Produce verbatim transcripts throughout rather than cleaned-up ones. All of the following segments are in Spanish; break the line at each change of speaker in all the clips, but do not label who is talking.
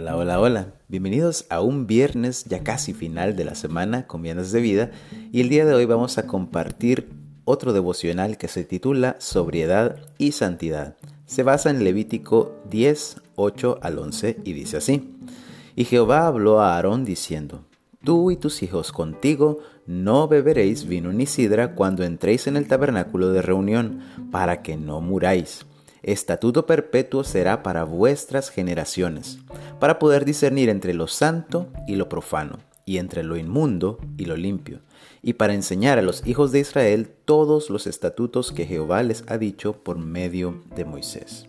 Hola, hola, hola. Bienvenidos a un viernes ya casi final de la semana con Viernes de Vida, y el día de hoy vamos a compartir otro devocional que se titula Sobriedad y Santidad. Se basa en Levítico diez, ocho al once y dice así: Y Jehová habló a Aarón diciendo: Tú y tus hijos contigo no beberéis vino ni sidra cuando entréis en el tabernáculo de reunión, para que no muráis. Estatuto perpetuo será para vuestras generaciones, para poder discernir entre lo santo y lo profano, y entre lo inmundo y lo limpio, y para enseñar a los hijos de Israel todos los estatutos que Jehová les ha dicho por medio de Moisés.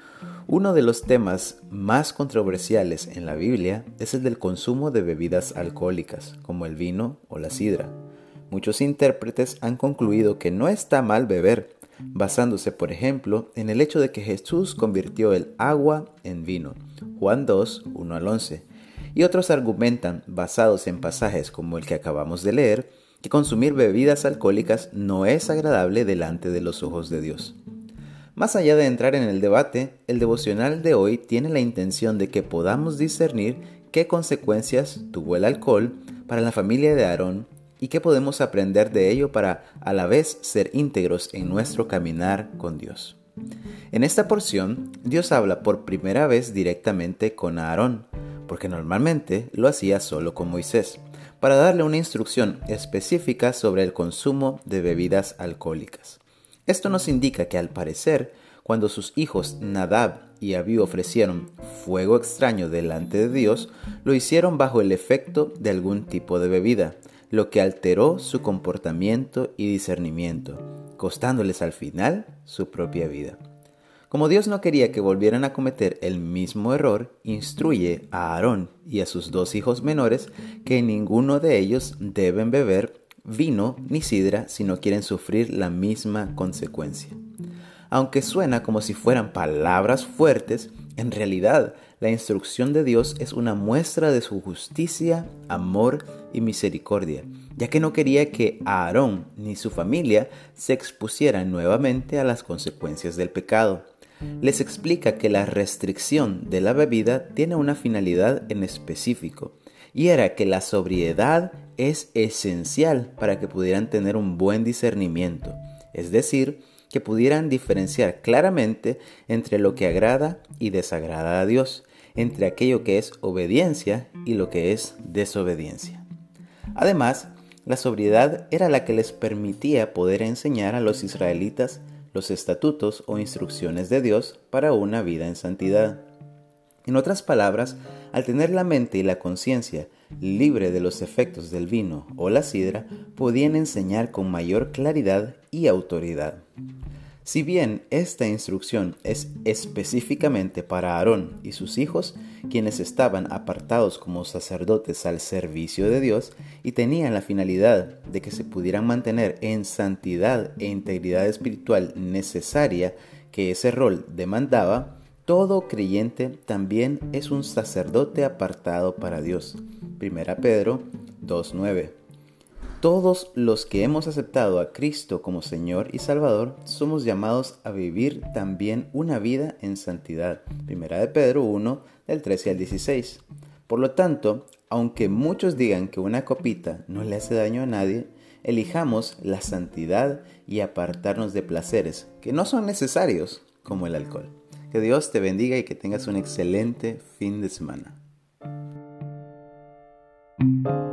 Uno de los temas más controversiales en la Biblia es el del consumo de bebidas alcohólicas, como el vino o la sidra. Muchos intérpretes han concluido que no está mal beber, basándose, por ejemplo, en el hecho de que Jesús convirtió el agua en vino, Juan dos, uno al once, y otros argumentan, basados en pasajes como el que acabamos de leer, que consumir bebidas alcohólicas no es agradable delante de los ojos de Dios. Más allá de entrar en el debate, el devocional de hoy tiene la intención de que podamos discernir qué consecuencias tuvo el alcohol para la familia de Aarón y qué podemos aprender de ello para a la vez ser íntegros en nuestro caminar con Dios. En esta porción, Dios habla por primera vez directamente con Aarón, porque normalmente lo hacía solo con Moisés, para darle una instrucción específica sobre el consumo de bebidas alcohólicas. Esto nos indica que al parecer, cuando sus hijos Nadab y Abiú ofrecieron fuego extraño delante de Dios, lo hicieron bajo el efecto de algún tipo de bebida, lo que alteró su comportamiento y discernimiento, costándoles al final su propia vida. Como Dios no quería que volvieran a cometer el mismo error, instruye a Aarón y a sus dos hijos menores que ninguno de ellos deben beber vino ni sidra si no quieren sufrir la misma consecuencia. Aunque suena como si fueran palabras fuertes, en realidad la instrucción de Dios es una muestra de su justicia, amor y misericordia, ya que no quería que Aarón ni su familia se expusieran nuevamente a las consecuencias del pecado. Les explica que la restricción de la bebida tiene una finalidad en específico, y era que la sobriedad es esencial para que pudieran tener un buen discernimiento, es decir, que pudieran diferenciar claramente entre lo que agrada y desagrada a Dios, entre aquello que es obediencia y lo que es desobediencia. Además, la sobriedad era la que les permitía poder enseñar a los israelitas los estatutos o instrucciones de Dios para una vida en santidad. En otras palabras, al tener la mente y la conciencia libre de los efectos del vino o la sidra, podían enseñar con mayor claridad y autoridad. Si bien esta instrucción es específicamente para Aarón y sus hijos, quienes estaban apartados como sacerdotes al servicio de Dios y tenían la finalidad de que se pudieran mantener en santidad e integridad espiritual necesaria que ese rol demandaba, todo creyente también es un sacerdote apartado para Dios. Primera Pedro dos nueve. Todos los que hemos aceptado a Cristo como Señor y Salvador somos llamados a vivir también una vida en santidad. Primera de Pedro uno, del trece al dieciséis. Por lo tanto, aunque muchos digan que una copita no le hace daño a nadie, elijamos la santidad y apartarnos de placeres que no son necesarios, como el alcohol. Que Dios te bendiga y que tengas un excelente fin de semana.